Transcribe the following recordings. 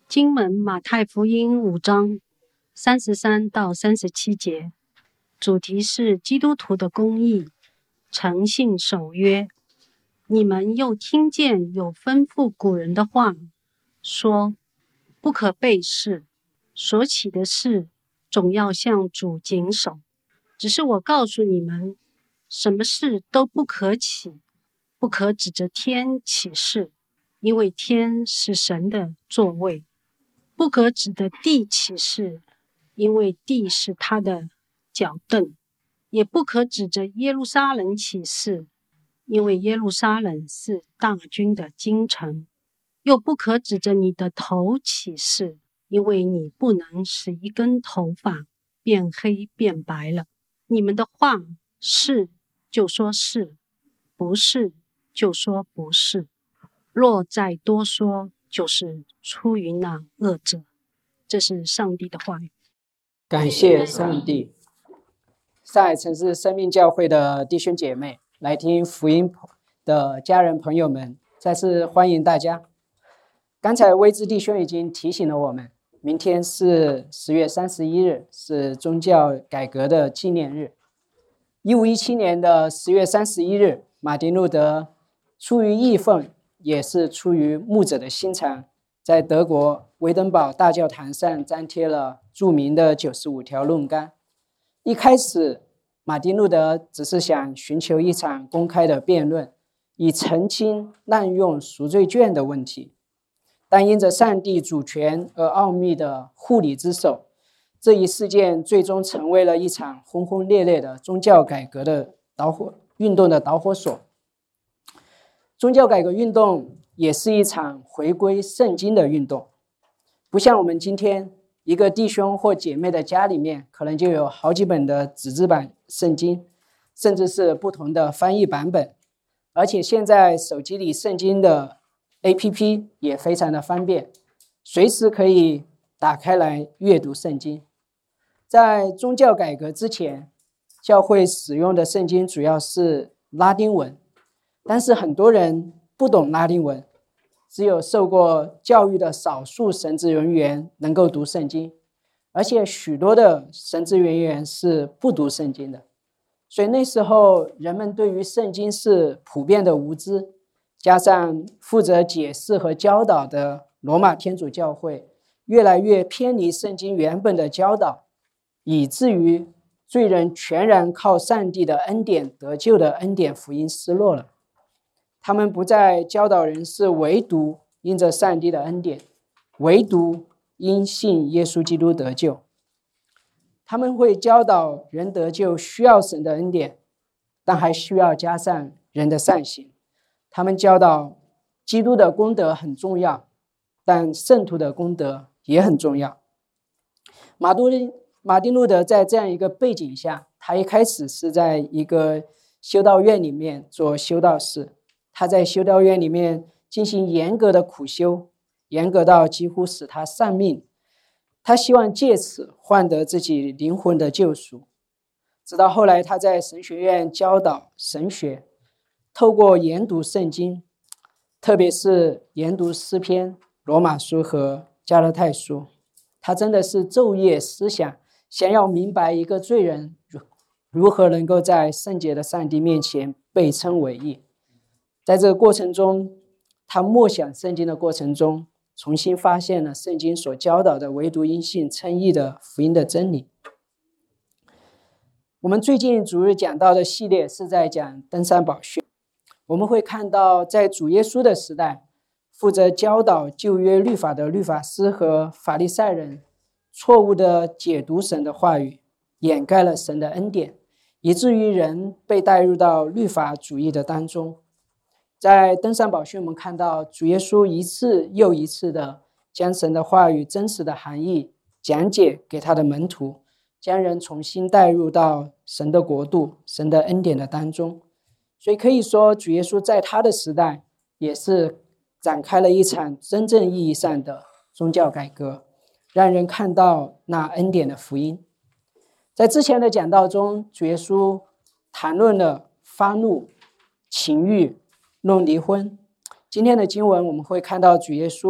经文马太福音5章33到37节，主题是基督徒的公义，诚信守约。你们又听见有吩咐古人的话，说不可背誓，所起的事总要向主谨守。只是我告诉你们，什么事都不可起，不可指着天起誓，因为天是神的座位；不可指着地起誓，因为地是他的脚凳；也不可指着耶路撒冷起誓，因为耶路撒冷是大军的京城；又不可指着你的头起誓，因为你不能使一根头发变黑变白了。你们的话是就说是，不是就说不是，若再多说，就是出于那恶者。这是上帝的话语。 感谢上帝。上海城市生命教会的弟兄姐妹，来听福音的家人朋友们，再次欢迎大家。刚才威之弟兄已经提醒了我们，明天是10月31日，是宗教改革的纪念日。1517年的10月31日，马丁路德出于义愤，也是出于牧者的心肠，在德国维登堡大教堂上张贴了著名的95条论纲。一开始，马丁路德只是想寻求一场公开的辩论，以澄清滥用赎罪券的问题。但因着上帝主权而奥秘的护理之手，这一事件最终成为了一场轰轰烈烈的宗教改革的运动的导火索。宗教改革运动也是一场回归圣经的运动，不像我们今天一个弟兄或姐妹的家里面可能就有好几本的纸质版圣经，甚至是不同的翻译版本，而且现在手机里圣经的 APP 也非常的方便，随时可以打开来阅读圣经。在宗教改革之前，教会使用的圣经主要是拉丁文，但是很多人不懂拉丁文，只有受过教育的少数神职人员能够读圣经，而且许多的神职人员是不读圣经的。所以那时候人们对于圣经是普遍的无知，加上负责解释和教导的罗马天主教会越来越偏离圣经原本的教导，以至于罪人全然靠上帝的恩典得救的恩典福音失落了。他们不再教导人是唯独因着上帝的恩典，唯独因信耶稣基督得救。他们会教导人得救需要神的恩典，但还需要加上人的善行。他们教导基督的功德很重要，但圣徒的功德也很重要。马丁路德在这样一个背景下，他一开始是在一个修道院里面做修道士，他在修道院里面进行严格的苦修，严格到几乎使他丧命。他希望借此换得自己灵魂的救赎。直到后来他在神学院教导神学，透过研读圣经，特别是研读诗篇、罗马书和加拉太书，他真的是昼夜思想，想要明白一个罪人如何能够在圣洁的上帝面前被称为义。在这个过程中，他默想圣经的过程中，重新发现了圣经所教导的唯独因信称义的福音的真理。我们最近主日讲到的系列是在讲登山宝训。我们会看到在主耶稣的时代，负责教导旧约律法的律法师和法利赛人错误的解读神的话语，掩盖了神的恩典，以至于人被带入到律法主义的当中。在登山宝训，我们看到主耶稣一次又一次的将神的话语真实的含义讲解给他的门徒，将人重新带入到神的国度、神的恩典的当中。所以可以说，主耶稣在他的时代也是展开了一场真正意义上的宗教改革，让人看到那恩典的福音。在之前的讲道中，主耶稣谈论了发怒、情欲、论离婚。今天的经文我们会看到主耶稣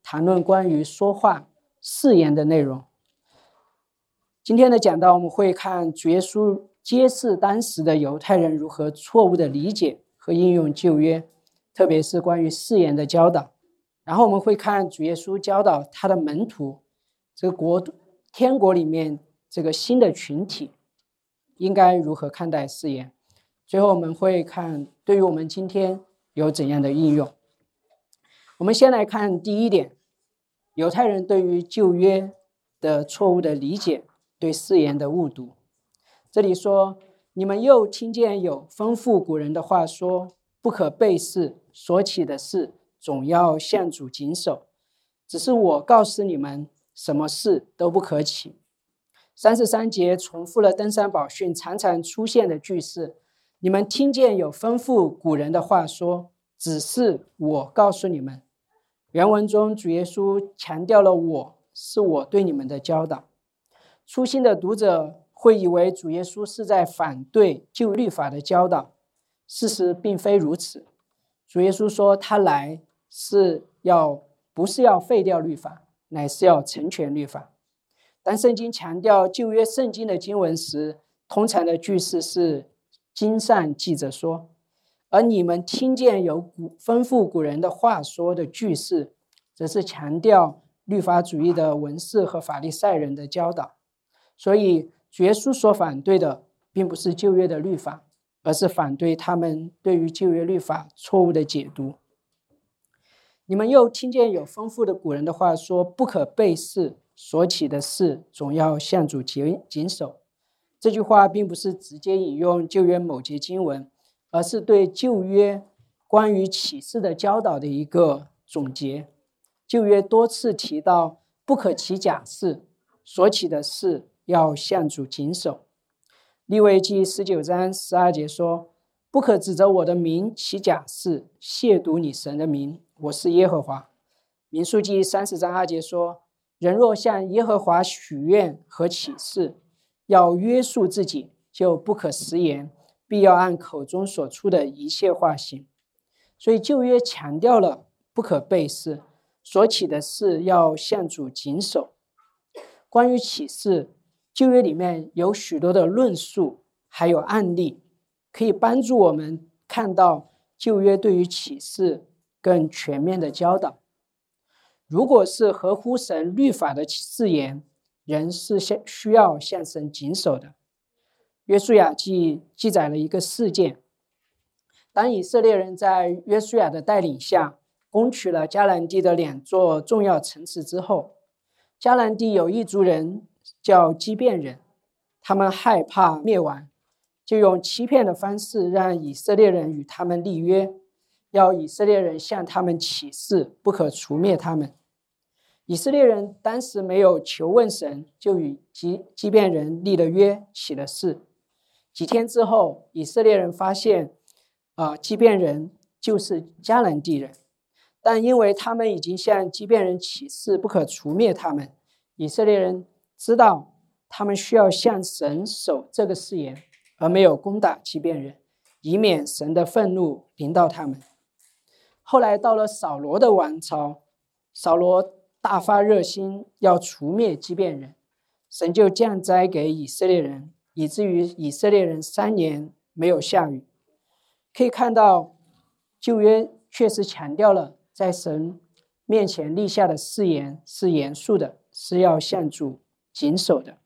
谈论关于说话誓言的内容。今天的讲道我们会看主耶稣揭示当时的犹太人如何错误的理解和应用旧约，特别是关于誓言的教导。然后我们会看主耶稣教导他的门徒，这个天国里面这个新的群体应该如何看待誓言。最后我们会看对于我们今天有怎样的应用。我们先来看第一点，犹太人对于旧约的错误的理解，对誓言的误读。这里说，你们又听见有吩咐古人的话说，不可背誓，所起的事总要向主谨守。只是我告诉你们，什么事都不可起。33节重复了登山宝训常常出现的句式，你们听见有吩咐古人的话说，只是我告诉你们。原文中主耶稣强调了是我对你们的教导。粗心的读者会以为主耶稣是在反对旧律法的教导，事实并非如此。主耶稣说他来不是要废掉律法，乃是要成全律法。当圣经强调旧约圣经的经文时，通常的句式是经上记着说，而你们听见有吩咐古人的话说的句式，则是强调律法主义的文士和法利赛人的教导。所以主耶稣所反对的并不是旧约的律法，而是反对他们对于旧约律法错误的解读。你们又听见有吩咐的古人的话说，不可背誓，所起的事总要向主谨守。这句话并不是直接引用旧约某节经文，而是对旧约关于起誓的教导的一个总结。旧约多次提到不可起假誓，所起的事要向主谨守。利未记19章12节说，不可指着我的名起假誓，亵渎你神的名，我是耶和华。民数记30章2节说，人若向耶和华许愿和起誓，要约束自己，就不可食言，必要按口中所出的一切话行。所以旧约强调了不可背誓，所起的事要向主谨守。关于起誓，旧约里面有许多的论述还有案例，可以帮助我们看到旧约对于起誓更全面的教导。如果是合乎神律法的誓言，人是需要向神谨守的。约书亚记记载了一个事件，当以色列人在约书亚的带领下攻取了迦南地的2座重要城池之后，迦南地有一族人叫基遍人，他们害怕灭亡，就用欺骗的方式让以色列人与他们立约，要以色列人向他们起誓，不可除灭他们。以色列人当时没有求问神，就与基遍人立了约，起了誓。几天之后，以色列人发现基遍人就是迦南地人，但因为他们已经向基遍人起誓不可除灭他们，以色列人知道他们需要向神守这个誓言，而没有攻打基遍人，以免神的愤怒临到他们。后来到了扫罗的王朝，扫罗大发热心要除灭基遍人，神就降灾给以色列人，以至于以色列人3年没有下雨。可以看到旧约确实强调了在神面前立下的誓言是严肃的，是要向主谨守的。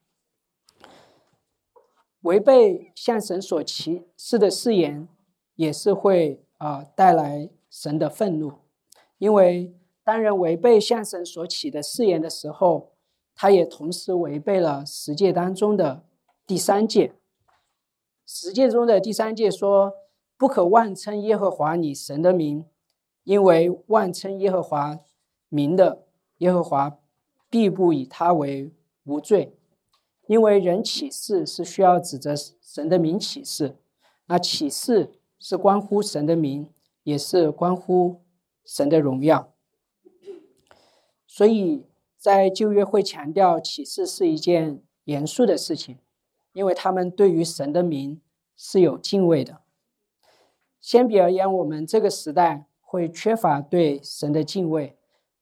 违背向神所起誓的誓言也是会带来神的愤怒，因为当人违背向神所起的誓言的时候，他也同时违背了十诫当中的第3诫。十诫中的第3诫说，不可妄称耶和华你神的名，因为妄称耶和华名的，耶和华必不以他为无罪。因为人起誓是需要指着神的名起誓，那起誓是关乎神的名，也是关乎神的荣耀。所以在旧约会强调起誓是一件严肃的事情，因为他们对于神的名是有敬畏的。相比而言，我们这个时代会缺乏对神的敬畏，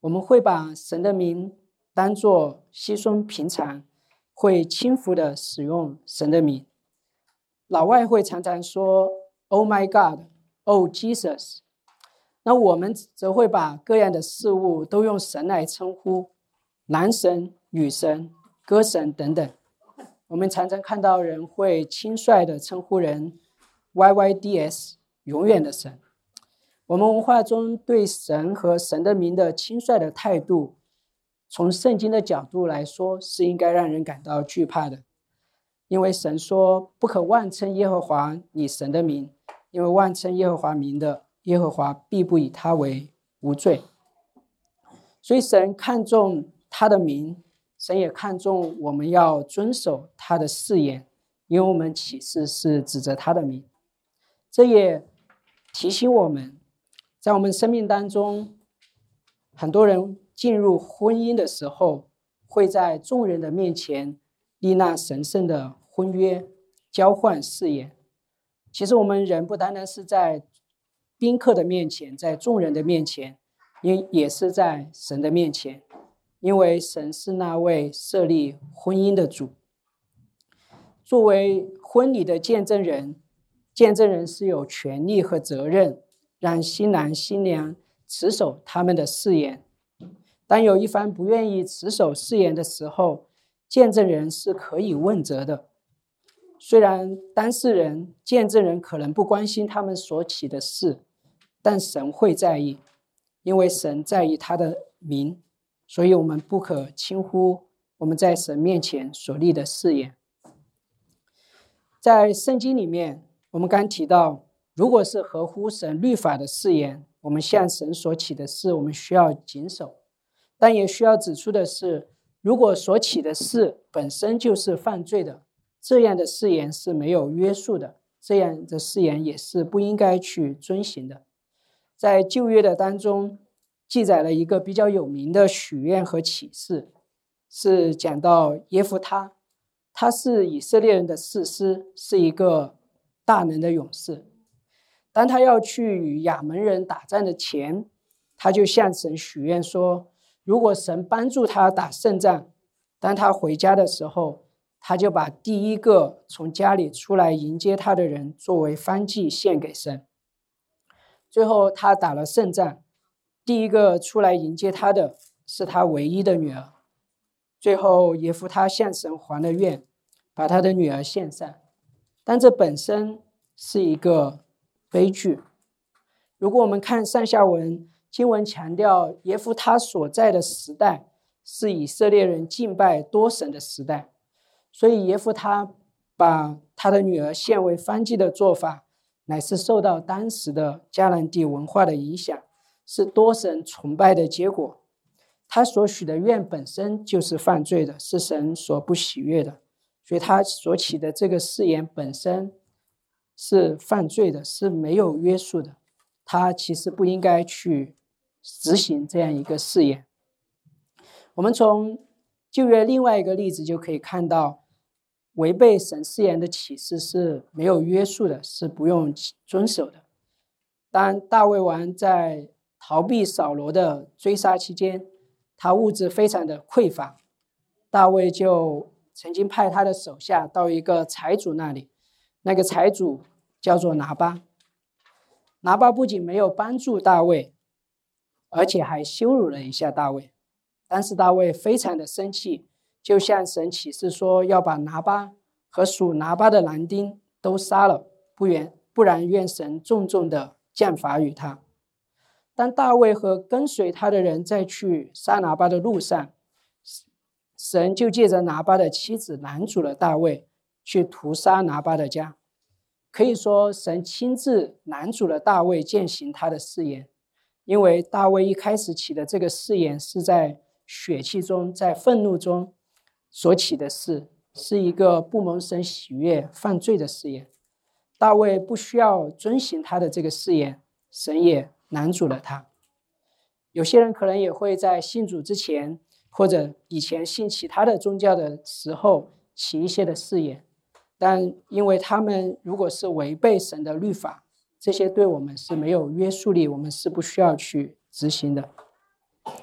我们会把神的名当作稀松平常，会轻浮的使用神的名。老外会常常说 Oh my God, Oh Jesus。 那我们则会把各样的事物都用神来称呼，男神、女神、歌神等等。我们常常看到人会轻率的称呼人 YYDS， 永远的神。我们文化中对神和神的名的轻率的态度，从圣经的角度来说，是应该让人感到惧怕的。因为神说不可妄称耶和华你神的名，因为妄称耶和华名的，耶和华必不以他为无罪。所以神看重他的名，神也看重我们要遵守他的誓言，因为我们起誓是指着他的名。这也提醒我们，在我们生命当中，很多人进入婚姻的时候，会在众人的面前立那神圣的婚约，交换誓言。其实我们人不单单是在宾客的面前，在众人的面前，也是在神的面前，因为神是那位设立婚姻的主。作为婚礼的见证人，见证人是有权利和责任让新郎新娘持守他们的誓言。当有一方不愿意持守誓言的时候，见证人是可以问责的。虽然当事人、见证人可能不关心他们所起的事，但神会在意，因为神在意他的名，所以我们不可轻忽我们在神面前所立的誓言。在圣经里面，我们刚提到，如果是合乎神律法的誓言，我们向神所起的誓，我们需要谨守。但也需要指出的是，如果所起的誓本身就是犯罪的，这样的誓言是没有约束的，这样的誓言也是不应该去遵行的。在旧约的当中，记载了一个比较有名的许愿和起誓，是讲到耶弗他，他是以色列人的士师，是一个大能的勇士。当他要去与亚扪人打仗的前，他就向神许愿说，如果神帮助他打胜仗，当他回家的时候，他就把第一个从家里出来迎接他的人作为燔祭献给神。最后他打了胜仗，第一个出来迎接他的是他唯一的女儿。最后耶弗他向神还了愿，把他的女儿献上。但这本身是一个悲剧。如果我们看上下文，经文强调耶弗他所在的时代是以色列人敬拜多神的时代，所以耶弗他把他的女儿献为燔祭的做法，乃是受到当时的迦南地文化的影响，是多神崇拜的结果。他所许的愿本身就是犯罪的，是神所不喜悦的，所以他所起的这个誓言本身是犯罪的，是没有约束的。他其实不应该去执行这样一个誓言。我们从旧约另外一个例子就可以看到，违背神誓言的起誓是没有约束的，是不用遵守的。当大卫王在逃避扫罗的追杀期间，他物质非常的匮乏，大卫就曾经派他的手下到一个财主那里，那个财主叫做拿巴。拿巴不仅没有帮助大卫，而且还羞辱了一下大卫。当时大卫非常的生气，就向神起誓说要把拿巴和属拿巴的男丁都杀了，不然愿神重重的降罚于他。当大卫和跟随他的人在去杀拿巴的路上，神就借着拿巴的妻子拦阻了大卫去屠杀拿巴的家。可以说神亲自拦阻了大卫践行他的誓言，因为大卫一开始起的这个誓言是在血气中，在愤怒中所起的誓，是一个不蒙神喜悦犯罪的誓言。大卫不需要遵行他的这个誓言，神也拦阻了他。有些人可能也会在信主之前，或者以前信其他的宗教的时候起一些的誓言，但因为他们如果是违背神的律法，这些对我们是没有约束力，我们是不需要去执行的。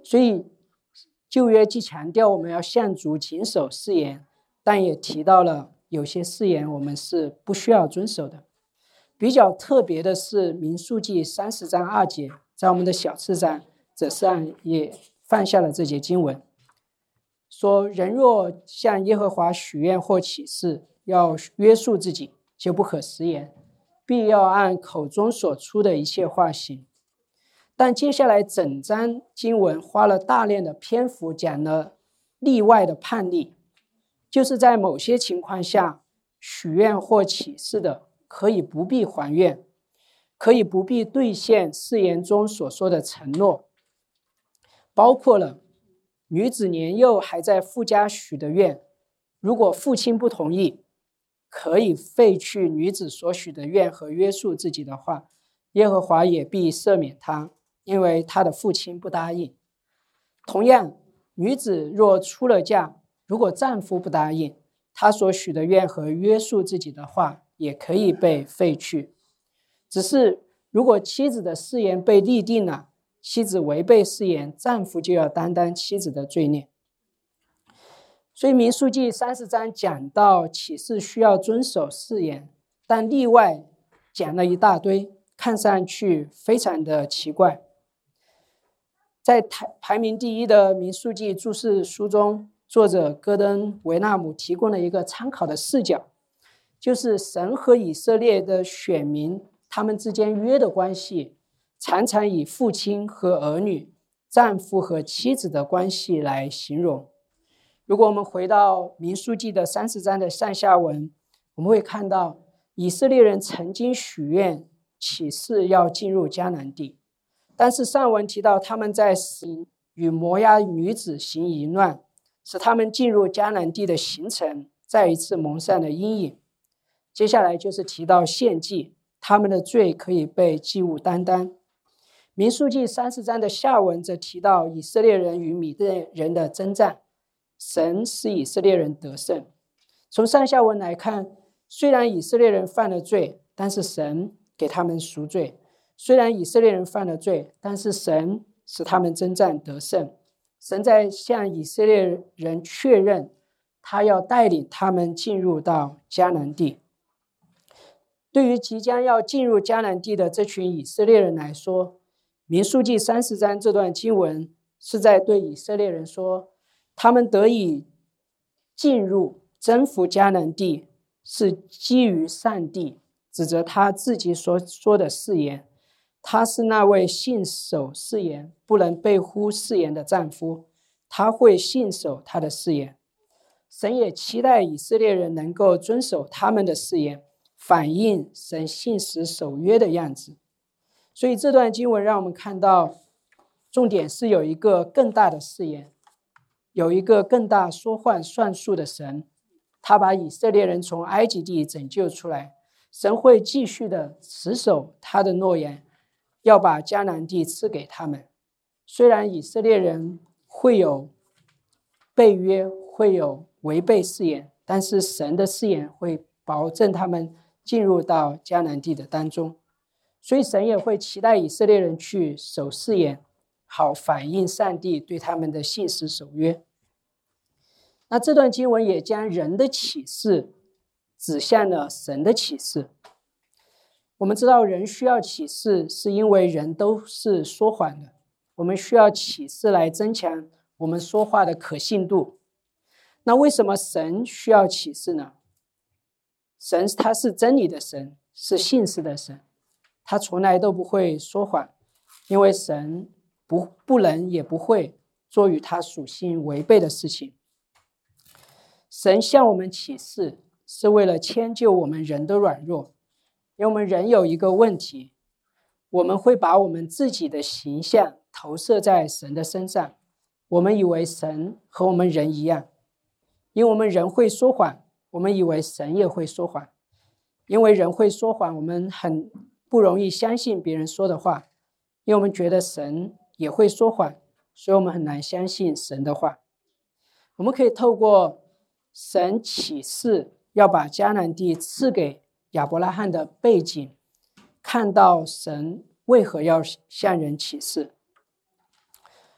所以旧约既强调我们要向主谨守誓言，但也提到了有些誓言我们是不需要遵守的。比较特别的是民数记30章2节，在我们的小次章则上也放下了这节经文，说人若向耶和华许愿或起誓，要约束自己，就不可食言，必要按口中所出的一切话行。但接下来整章经文花了大量的篇幅讲了例外的判例，就是在某些情况下许愿或起誓的可以不必还愿，可以不必兑现誓言中所说的承诺，包括了女子年幼还在父家许的愿，如果父亲不同意，可以废去女子所许的愿和约束自己的话，耶和华也必赦免他，因为他的父亲不答应。同样，女子若出了嫁，如果丈夫不答应，她所许的愿和约束自己的话也可以被废去。只是如果妻子的誓言被立定了，妻子违背誓言，丈夫就要担当妻子的罪孽。所以民数记30章讲到起誓需要遵守誓言，但例外讲了一大堆，看上去非常的奇怪。在排名第1的民数记注释书中，作者戈登维纳姆提供了一个参考的视角，就是神和以色列的选民他们之间约的关系常常以父亲和儿女、丈夫和妻子的关系来形容。如果我们回到民数记的30章的上下文，我们会看到以色列人曾经许愿起誓要进入迦南地，但是上文提到他们在与摩押女子行淫乱，使他们进入迦南地的行程再一次蒙上了阴影。接下来就是提到献祭，他们的罪可以被祭物担当。民数记30章的下文则提到以色列人与米甸人的征战，神使以色列人得胜。从上下文来看，虽然以色列人犯了罪，但是神给他们赎罪；虽然以色列人犯了罪，但是神使他们征战得胜。神在向以色列人确认，他要带领他们进入到迦南地。对于即将要进入迦南地的这群以色列人来说，民数记30章这段经文是在对以色列人说，他们得以进入征服迦南地是基于上帝指着他自己所说的誓言，他是那位信守誓言不能背乎誓言的丈夫，他会信守他的誓言。神也期待以色列人能够遵守他们的誓言，反映神信实守约的样子。所以这段经文让我们看到，重点是有一个更大的誓言，有一个更大说话算数的神，他把以色列人从埃及地拯救出来，神会继续的持守他的诺言，要把迦南地赐给他们。虽然以色列人会有背约，会有违背誓言，但是神的誓言会保证他们进入到迦南地的当中。所以神也会期待以色列人去守誓言，好反映上帝对他们的信实守约。那这段经文也将人的启示指向了神的启示。我们知道人需要启示，是因为人都是说谎的，我们需要启示来增强我们说话的可信度。那为什么神需要启示呢？神他是真理的神，是信实的神，他从来都不会说谎，因为神不能也不会做与他属性违背的事情。神向我们启示，是为了迁就我们人的软弱，因为我们人有一个问题，我们会把我们自己的形象投射在神的身上，我们以为神和我们人一样，因为我们人会说谎，我们以为神也会说谎。因为人会说谎，我们很不容易相信别人说的话，因为我们觉得神也会说谎，所以我们很难相信神的话。我们可以透过神启示要把迦南地赐给亚伯拉罕的背景，看到神为何要向人启示。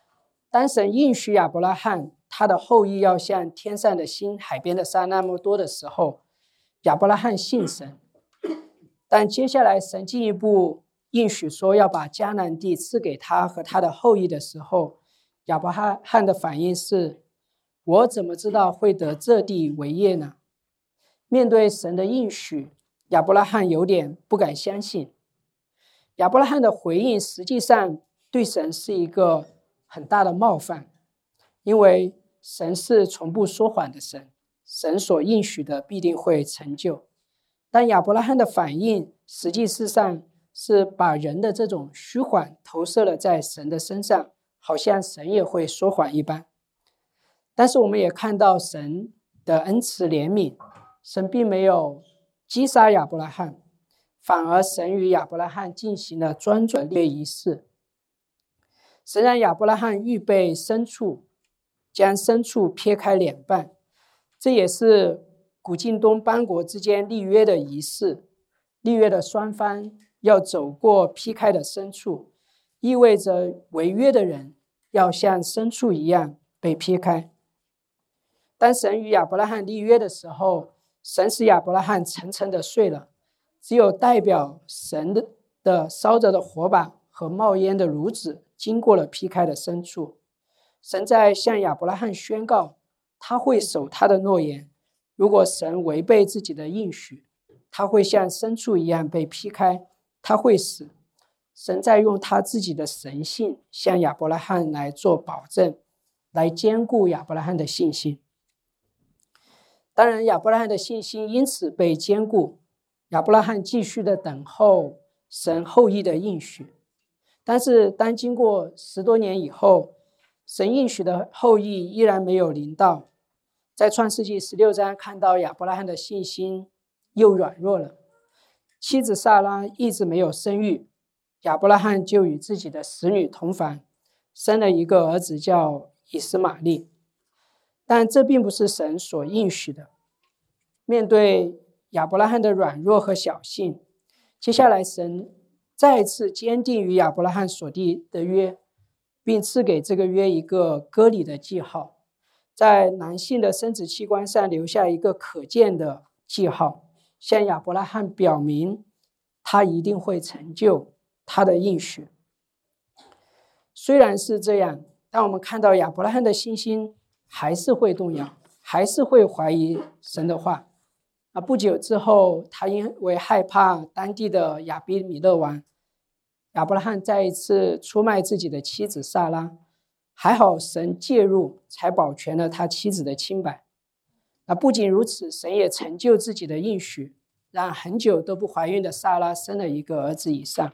当神应许亚伯拉罕他的后裔要像天上的星、海边的沙那么多的时候，亚伯拉罕信神。但接下来神进一步应许说要把迦南地赐给他和他的后裔的时候，亚伯拉罕的反应是：我怎么知道会得这地为业呢？面对神的应许，亚伯拉罕有点不敢相信。亚伯拉罕的回应实际上对神是一个很大的冒犯，因为神是从不说谎的神，神所应许的必定会成就。但亚伯拉罕的反应实际上是把人的这种虚谎投射了在神的身上，好像神也会说谎一般。但是我们也看到神的恩慈怜悯，神并没有击杀亚伯拉罕，反而神与亚伯拉罕进行了庄重的仪式。神让亚伯拉罕预备牲畜，将牲畜撇开两半，这也是古近东邦国之间立约的仪式。立约的双方要走过劈开的牲畜，意味着违约的人要像牲畜一样被劈开。当神与亚伯拉罕立约的时候，神使亚伯拉罕沉沉的睡了，只有代表神的烧着的火把和冒烟的炉子经过了劈开的牲畜。神在向亚伯拉罕宣告，他会守他的诺言。如果神违背自己的应许，他会像牲畜一样被劈开，他会死。神在用他自己的神性向亚伯拉罕来做保证，来坚固亚伯拉罕的信心。当然，亚伯拉罕的信心因此被坚固。亚伯拉罕继续的等候神后裔的应许。但是当经过10多年以后，神应许的后裔依然没有临到。在创世纪16章看到亚伯拉罕的信心又软弱了，妻子撒拉一直没有生育，亚伯拉罕就与自己的使女同房，生了一个儿子叫以实玛利。但这并不是神所应许的。面对亚伯拉罕的软弱和小信，接下来神再次坚定与亚伯拉罕所立的约，并赐给这个约一个割礼的记号，在男性的生殖器官上留下一个可见的记号，向亚伯拉罕表明他一定会成就他的应许。虽然是这样，但我们看到亚伯拉罕的信心还是会动摇，还是会怀疑神的话。不久之后，他因为害怕当地的亚比米勒王，亚伯拉罕再一次出卖自己的妻子撒拉，还好神介入，才保全了他妻子的清白。不仅如此，神也成就自己的应许，让很久都不怀孕的撒拉生了一个儿子以上。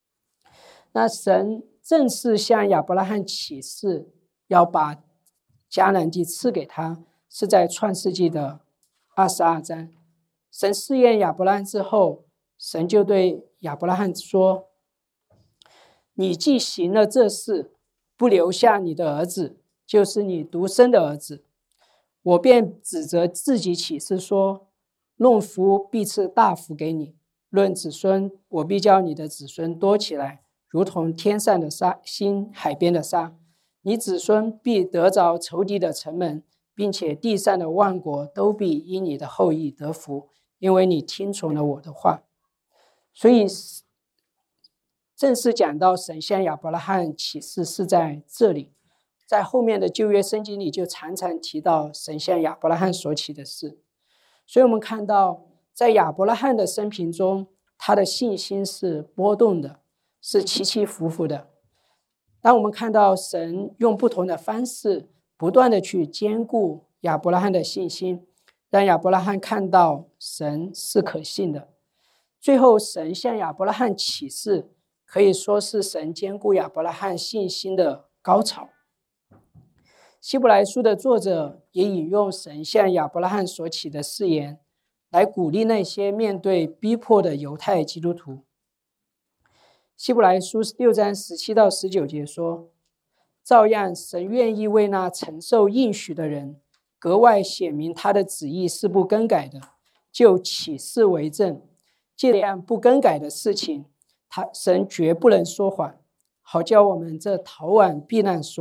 神正式向亚伯拉罕起誓，要把迦南地赐给他，是在创世纪的22章。神试验亚伯拉罕之后，神就对亚伯拉罕说：你既行了这事，不留下你的儿子，就是你独生的儿子，我便指着自己起誓说，论福必赐大福给你，论子孙，我必叫你的子孙多起来，如同天上的星，海边的沙。你子孙必得着仇敌的城门，并且地上的万国都必因你的后裔得福，因为你听从了我的话。所以正式讲到神向亚伯拉罕起誓是在这里。在后面的旧约圣经里就常常提到神向亚伯拉罕所起的誓。所以我们看到在亚伯拉罕的生平中，他的信心是波动的，是起起伏伏的。当我们看到神用不同的方式不断的去坚固亚伯拉罕的信心，让亚伯拉罕看到神是可信的。最后神向亚伯拉罕起誓，可以说是神坚固亚伯拉罕信心的高潮。希伯来书的作者也引用神向亚伯拉罕所起的誓言，来鼓励那些面对逼迫的犹太基督徒。希伯来书6章17到19节说，照样神愿意为那承受应许的人格外显明他的旨意是不更改的，就起誓为证，借这样不更改的事情，神绝不能说谎，好叫我们这逃往避难所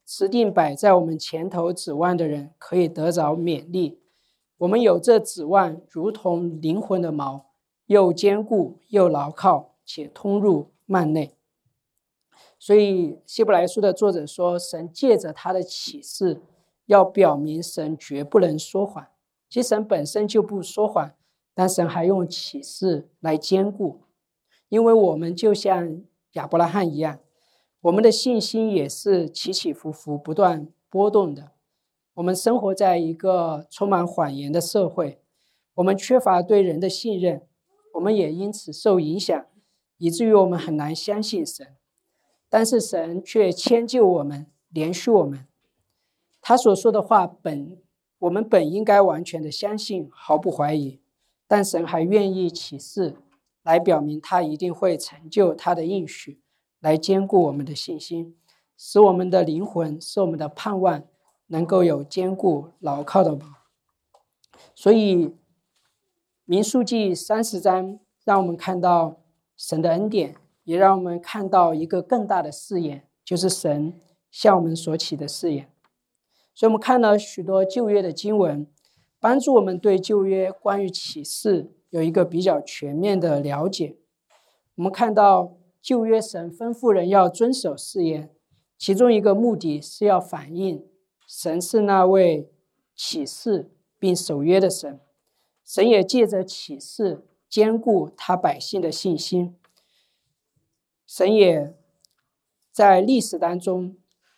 持定摆在我们前头指望的人可以得着勉励。我们有这指望，如同灵魂的锚，又坚固又牢靠，且通入幔内。所以希伯来书的作者说，神借着他的启示要表明神绝不能说谎。其实神本身就不说谎，但神还用启示来坚固。因为我们就像亚伯拉罕一样，我们的信心也是起起伏伏不断波动的。我们生活在一个充满谎言的社会，我们缺乏对人的信任，我们也因此受影响，以至于我们很难相信神。但是神却迁就我们，连续我们。他所说的话我们本应该完全的相信，毫不怀疑，但神还愿意启示来表明他一定会成就他的应许，来坚固我们的信心，使我们的灵魂，使我们的盼望能够有坚固牢靠的锚。所以民数记30章让我们看到神的恩典，也让我们看到一个更大的誓言，就是神向我们所起的誓言。所以我们看了许多旧约的经文，帮助我们对旧约关于启示有一个比较全面的了解。我们看到旧约神吩咐人要遵守誓言，其中一个目的是要反映神是那位启示并守约的神。神也借着启示坚固他百姓的信心。神也在历史当中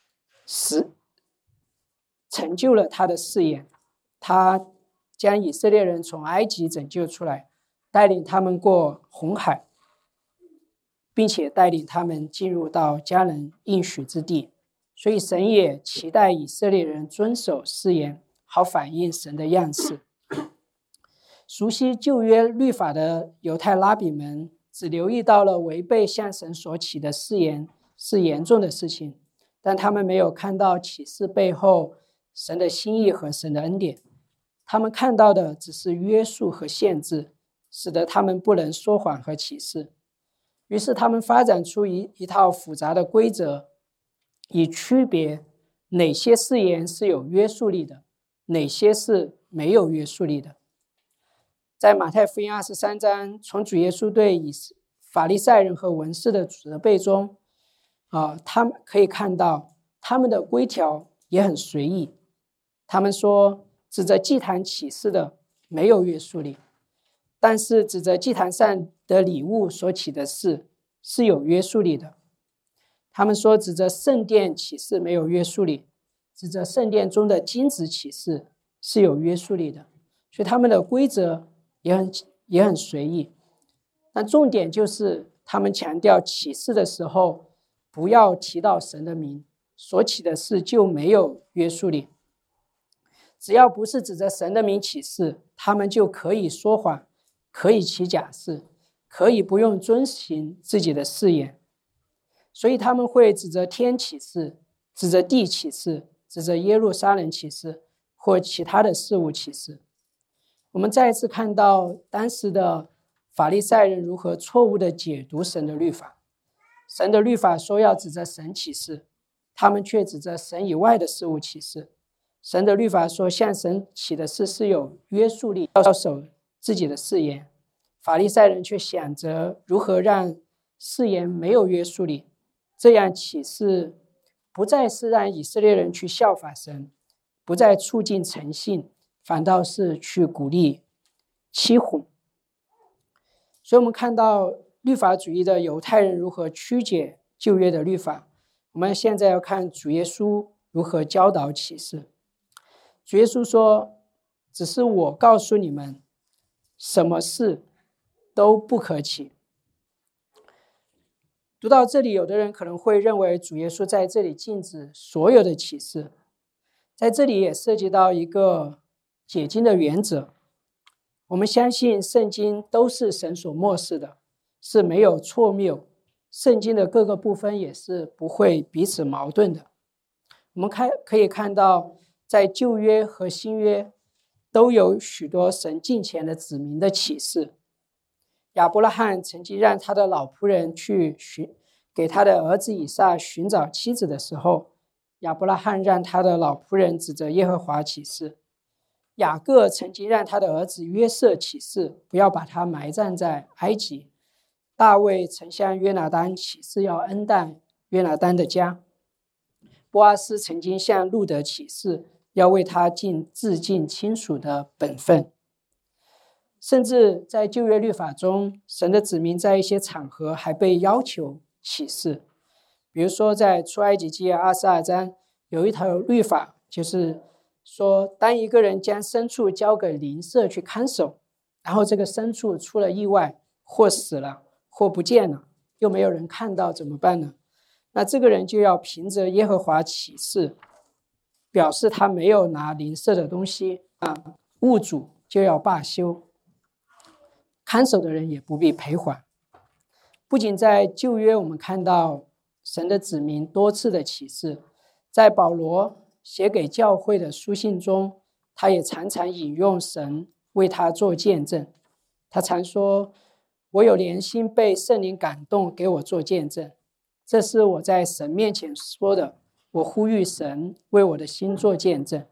成就了他的誓言，他将以色列人从埃及拯救出来，带领他们过红海，并且带领他们进入到迦南应许之地。所以神也期待以色列人遵守誓言，好反映神的样式。熟悉旧约律法的犹太拉比们只留意到了违背向神所起的誓言是严重的事情，但他们没有看到启示背后神的心意和神的恩典。他们看到的只是约束和限制，使得他们不能说谎和启示。于是他们发展出一套复杂的规则，以区别哪些誓言是有约束力的，哪些是没有约束力的。在马太福音23章，从主耶稣对法利赛人和文士的责备中，他们可以看到他们的规条也很随意。他们说指着祭坛起誓的没有约束力，但是指着祭坛上的礼物所起的誓是有约束力的。他们说指着圣殿起誓没有约束力，指着圣殿中的金子起誓是有约束力的。所以他们的规则也很随意。但重点就是他们强调起誓的时候不要提到神的名，所起的誓就没有约束力。只要不是指着神的名起誓，他们就可以说谎，可以起假誓，可以不用遵行自己的誓言。所以他们会指着天起誓，指着地起誓，指着耶路撒冷起誓，或其他的事物起誓。我们再一次看到当时的法利赛人如何错误地解读神的律法。神的律法说要指着神起誓，他们却指着神以外的事物起誓。神的律法说向神起的誓是有约束力，要守自己的誓言。法利赛人却想着如何让誓言没有约束力，这样起誓不再是让以色列人去效法神，不再促进诚信，反倒是去鼓励欺哄。所以我们看到律法主义的犹太人如何曲解旧约的律法。我们现在要看主耶稣如何教导启示。主耶稣说，只是我告诉你们，什么事都不可起。读到这里，有的人可能会认为主耶稣在这里禁止所有的启示。在这里也涉及到一个解经的原则。我们相信圣经都是神所默示的，是没有错谬，圣经的各个部分也是不会彼此矛盾的。我们可以看到在旧约和新约都有许多神近前的子民的启示。亚伯拉罕曾经让他的老仆人去给他的儿子以撒寻找妻子的时候， 亚伯拉罕让他的老仆人指着耶和华起誓，雅各曾经让他的儿子约瑟起誓，不要把他埋葬在埃及。大卫曾向约拿单起誓，要恩待约拿单的家。波阿斯曾经向路德起誓，要为他致敬亲属的本分。甚至在旧约律法中，神的子民在一些场合还被要求起誓。比如说在出埃及记22章有一条律法，就是说当一个人将牲畜交给邻舍去看守，然后这个牲畜出了意外，或死了或不见了，又没有人看到，怎么办呢？那这个人就要凭着耶和华起誓，表示他没有拿邻舍的东西，物主就要罢休，看守的人也不必赔还。不仅在旧约我们看到神的子民多次的起誓，在保罗写给教会的书信中，他也常常引用神为他做见证。他常说，我有良心被圣灵感动，给我做见证，这是我在神面前说的，我呼吁神为我的心做见证。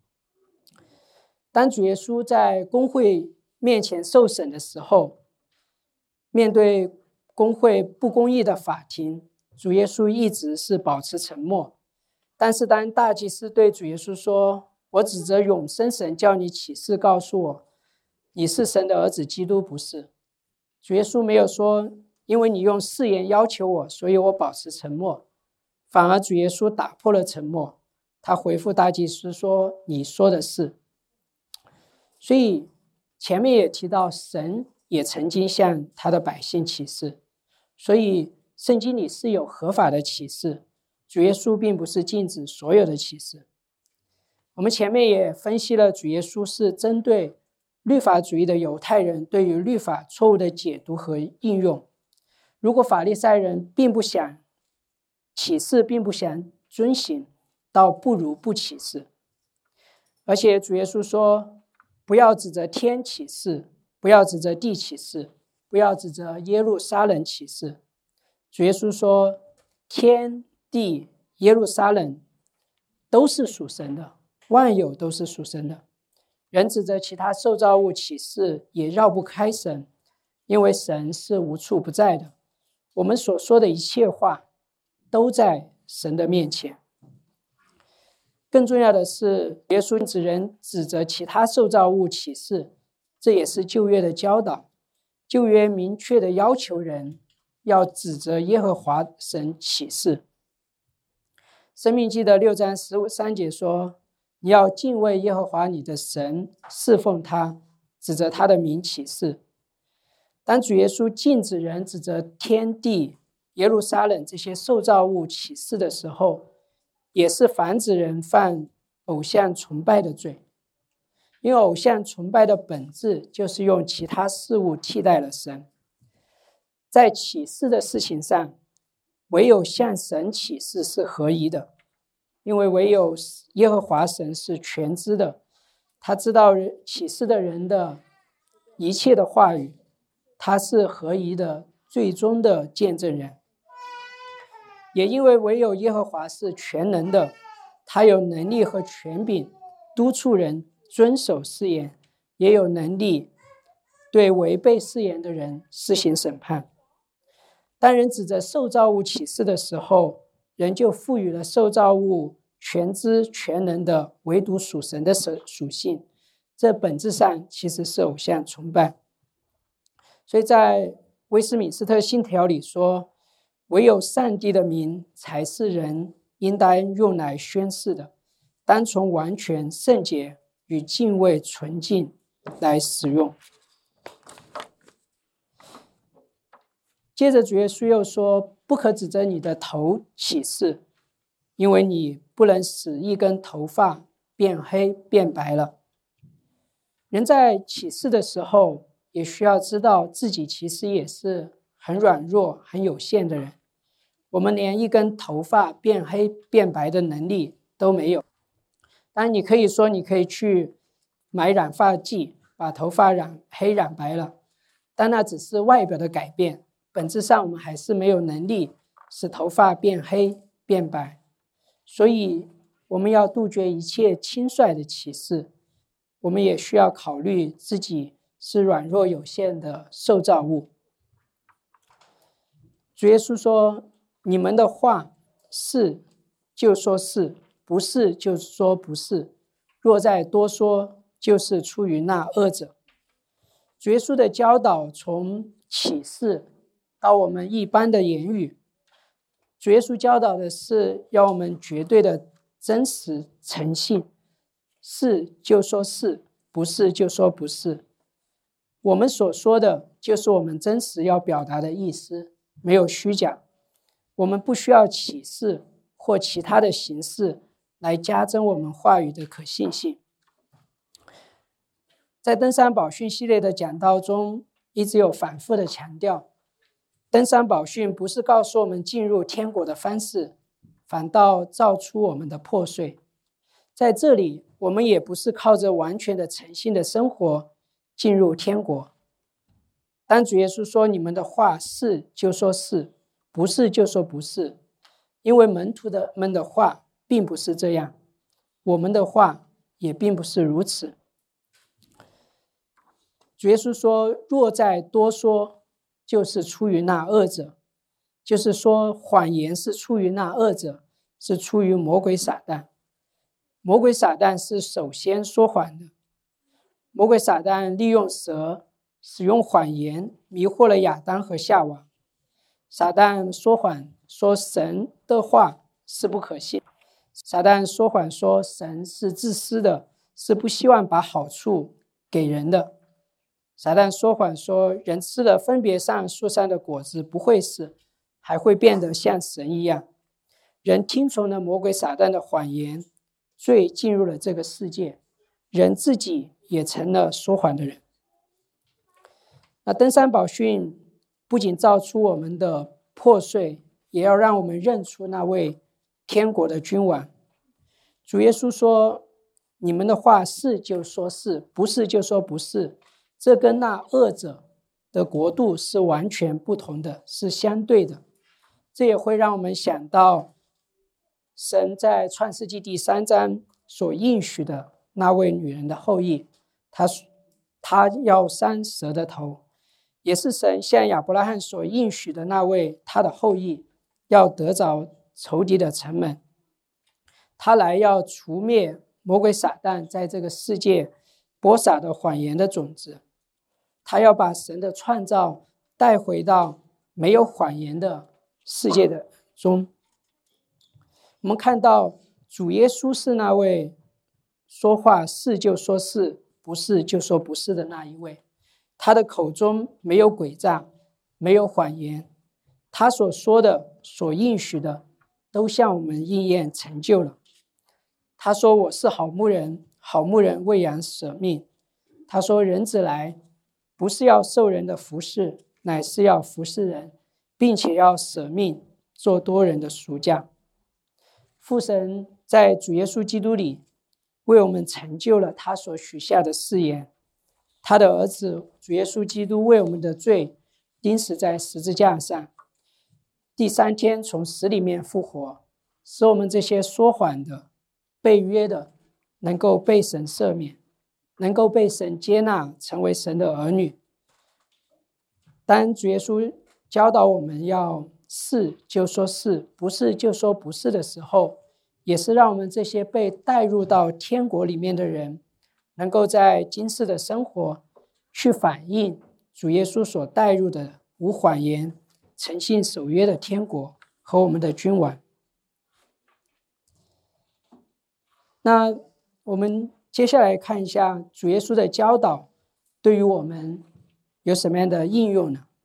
当主耶稣在公会面前受审的时候，面对公会不公义的法庭，主耶稣一直是保持沉默。但是当大祭司对主耶稣说，我指着永生神叫你起誓告诉我，你是神的儿子基督，不是？主耶稣没有说，因为你用誓言要求我，所以我保持沉默。反而主耶稣打破了沉默，他回复大祭司说，你说的是。所以前面也提到，神也曾经向他的百姓起誓，所以圣经里是有合法的起誓，主耶稣并不是禁止所有的起誓。我们前面也分析了，主耶稣是针对律法主义的犹太人对于律法错误的解读和应用。如果法利赛人并不想起誓，并不想遵行，倒不如不起誓。而且主耶稣说，不要指着天起誓，不要指着地起誓，不要指着耶路撒冷起誓。主耶稣说，天地耶路撒冷都是属神的，万有都是属神的。人指着其他受造物起誓也绕不开神，因为神是无处不在的。我们所说的一切话都在神的面前。更重要的是，耶稣指人指着其他受造物起誓，这也是旧约的教导。旧约明确的要求人要指着耶和华神起誓。申命记的6章13节说，你要敬畏耶和华你的神，侍奉他，指着他的名起誓。当主耶稣禁止人指着天地耶路撒冷这些受造物起誓的时候，也是防止人犯偶像崇拜的罪。因为偶像崇拜的本质就是用其他事物替代了神。在起誓的事情上，唯有向神起誓是合宜的，因为唯有耶和华神是全知的，他知道起誓的人的一切的话语，他是合宜的最终的见证人。也因为唯有耶和华是全能的，他有能力和权柄督促人遵守誓言，也有能力对违背誓言的人施行审判。当人指着受造物起誓的时候，人就赋予了受造物全知全能的唯独属神的属性，这本质上其实是偶像崇拜。所以在威斯敏斯特信条里说，唯有上帝的名才是人应当用来宣誓的，当从完全圣洁与敬畏纯净来使用。接着主耶稣又说，不可指着你的头起誓，因为你不能使一根头发变黑变白了。人在起誓的时候，也需要知道自己其实也是很软弱很有限的人，我们连一根头发变黑变白的能力都没有。当然你可以说你可以去买染发剂把头发染黑染白了，但那只是外表的改变，本质上我们还是没有能力使头发变黑变白。所以我们要杜绝一切轻率的启示，我们也需要考虑自己是软弱有限的受造物。主耶稣说，你们的话是就说是，不是就说不是，若再多说，就是出于那恶者。主耶稣的教导从启示到我们一般的言语，主耶稣教导的是要我们绝对的真实诚信，是就说是，不是就说不是。我们所说的就是我们真实要表达的意思，没有虚假。我们不需要启示或其他的形式来加增我们话语的可信性。在登山宝训系列的讲道中，一直有反复的强调，登山宝训不是告诉我们进入天国的方式，反倒造出我们的破碎。在这里，我们也不是靠着完全的诚信的生活进入天国。当主耶稣说你们的话是就说是，不是就说不是，因为门徒们的话并不是这样，我们的话也并不是如此。主耶稣说，若再多说，就是出于那恶者，就是说谎言是出于那恶者，是出于魔鬼撒旦。魔鬼撒旦是首先说谎的。魔鬼撒旦利用蛇，使用谎言迷惑了亚当和夏娃。撒旦说谎说神的话是不可信，撒旦说谎说神是自私的，是不希望把好处给人的。撒旦说谎说人吃了分别善树上的果子不会死，还会变得像神一样。人听从了魔鬼撒旦的谎言，罪进入了这个世界，人自己也成了说谎的人。那登山宝训不仅造出我们的破碎，也要让我们认出那位天国的君王。主耶稣说，你们的话是就说是，不是就说不是，这跟那恶者的国度是完全不同的，是相对的。这也会让我们想到神在创世纪第3章所应许的那位女人的后裔，他要伤蛇的头，也是神向亚伯拉罕所应许的那位他的后裔要得着仇敌的城门。他来要除灭魔鬼撒旦在这个世界播撒的谎言的种子，他要把神的创造带回到没有谎言的世界的中。我们看到主耶稣是那位说话是就说是，不是就说不是的那一位，他的口中没有诡诈，没有谎言，他所说的所应许的都向我们应验成就了。他说，我是好牧人，好牧人为羊舍命。他说，人子来不是要受人的服侍，乃是要服侍人，并且要舍命做多人的赎价。父神在主耶稣基督里为我们成就了他所许下的誓言，他的儿子主耶稣基督为我们的罪钉死在十字架上，第3天从死里面复活，使我们这些说谎的被约的能够被神赦免，能够被神接纳成为神的儿女。当主耶稣教导我们要是就说是，不是就说不是的时候，也是让我们这些被带入到天国里面的人，能够在今世的生活去反映主耶稣所带入的无谎言、诚信守约的天国和我们的君王。那我们接下来看一下主耶稣的教导对于我们有什么样的应用呢？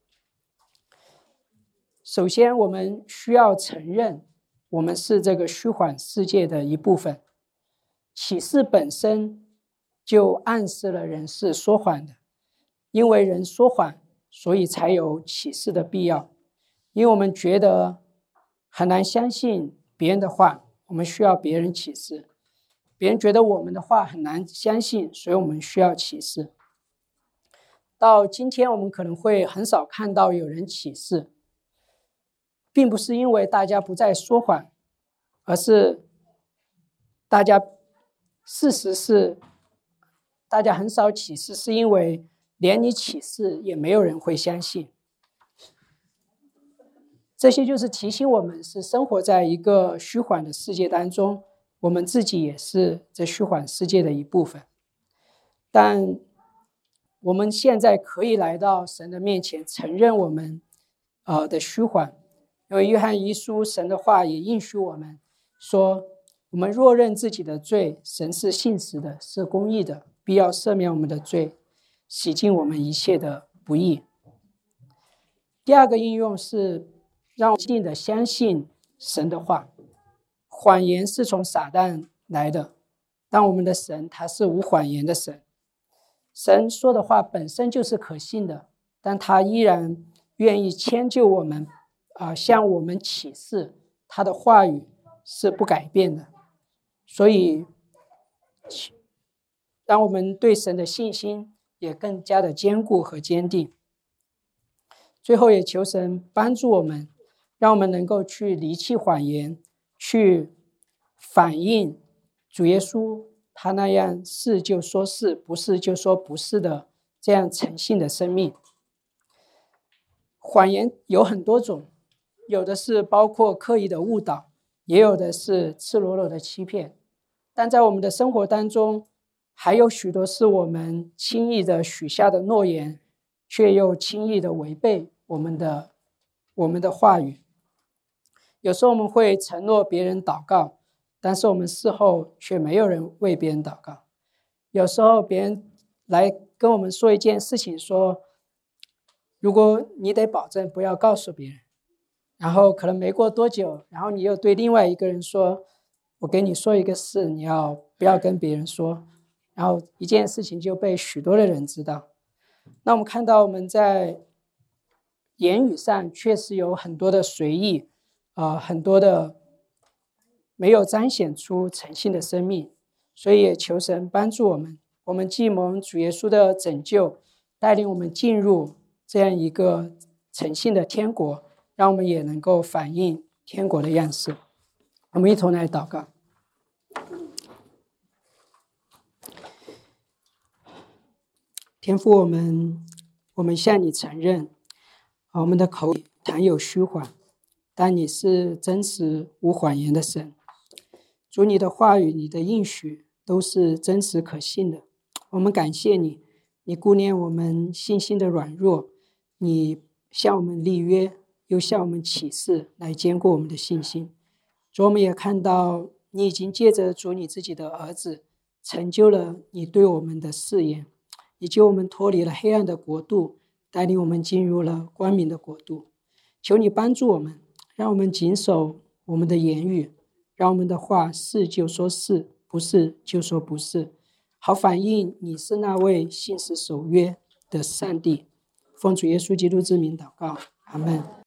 首先，我们需要承认我们是这个虚幻世界的一部分。启示本身就暗示了人是说谎的，因为人说谎，所以才有启示的必要。因为我们觉得很难相信别人的话，我们需要别人启示。别人觉得我们的话很难相信，所以我们需要启示。到今天，我们可能会很少看到有人启示，并不是因为大家不再说谎，而是事实是大家很少启示，是因为连你启示也没有人会相信。这些就是提醒我们是生活在一个虚幻的世界当中，我们自己也是这虚幻世界的一部分。但我们现在可以来到神的面前，承认我们的虚幻，因为约翰一书神的话也应许我们说，我们若认自己的罪，神是信实的，是公义的，必要赦免我们的罪，洗净我们一切的不义。第二个应用是让我们坚定地相信神的话。谎言是从撒旦来的，但我们的神他是无谎言的神。神说的话本身就是可信的，但他依然愿意迁就我们，向我们启示他的话语是不改变的。所以让我们对神的信心也更加的坚固和坚定。最后也求神帮助我们，让我们能够去离弃谎言，去反映主耶稣他那样是就说是，不是就说不是的这样诚信的生命。谎言有很多种，有的是包括刻意的误导，也有的是赤裸裸的欺骗。但在我们的生活当中，还有许多是我们轻易的许下的诺言，却又轻易的违背我们的话语。有时候我们会承诺别人祷告，但是我们事后却没有人为别人祷告。有时候别人来跟我们说一件事情，说如果你得保证不要告诉别人，然后可能没过多久，然后你又对另外一个人说，我给你说一个事，你不要跟别人说，然后一件事情就被许多的人知道。那我们看到我们在言语上确实有很多的随意，很多的没有彰显出诚信的生命。所以也求神帮助我们，我们既蒙主耶稣的拯救，带领我们进入这样一个诚信的天国，让我们也能够反映天国的样式。我们一同来祷告。天父，我们向你承认，我们的口里常有虚谎，但你是真实无谎言的神。主，你的话语，你的应许都是真实可信的。我们感谢你，你顾念我们信心的软弱，你向我们立约，又向我们启示，来坚固我们的信心。主，我们也看到你已经借着主你自己的儿子，成就了你对我们的誓言，你救我们脱离了黑暗的国度，带领我们进入了光明的国度。求你帮助我们，让我们谨守我们的言语，让我们的话是就说是，不是就说不是，好反映你是那位信实守约的上帝。奉主耶稣基督之名祷告，阿们。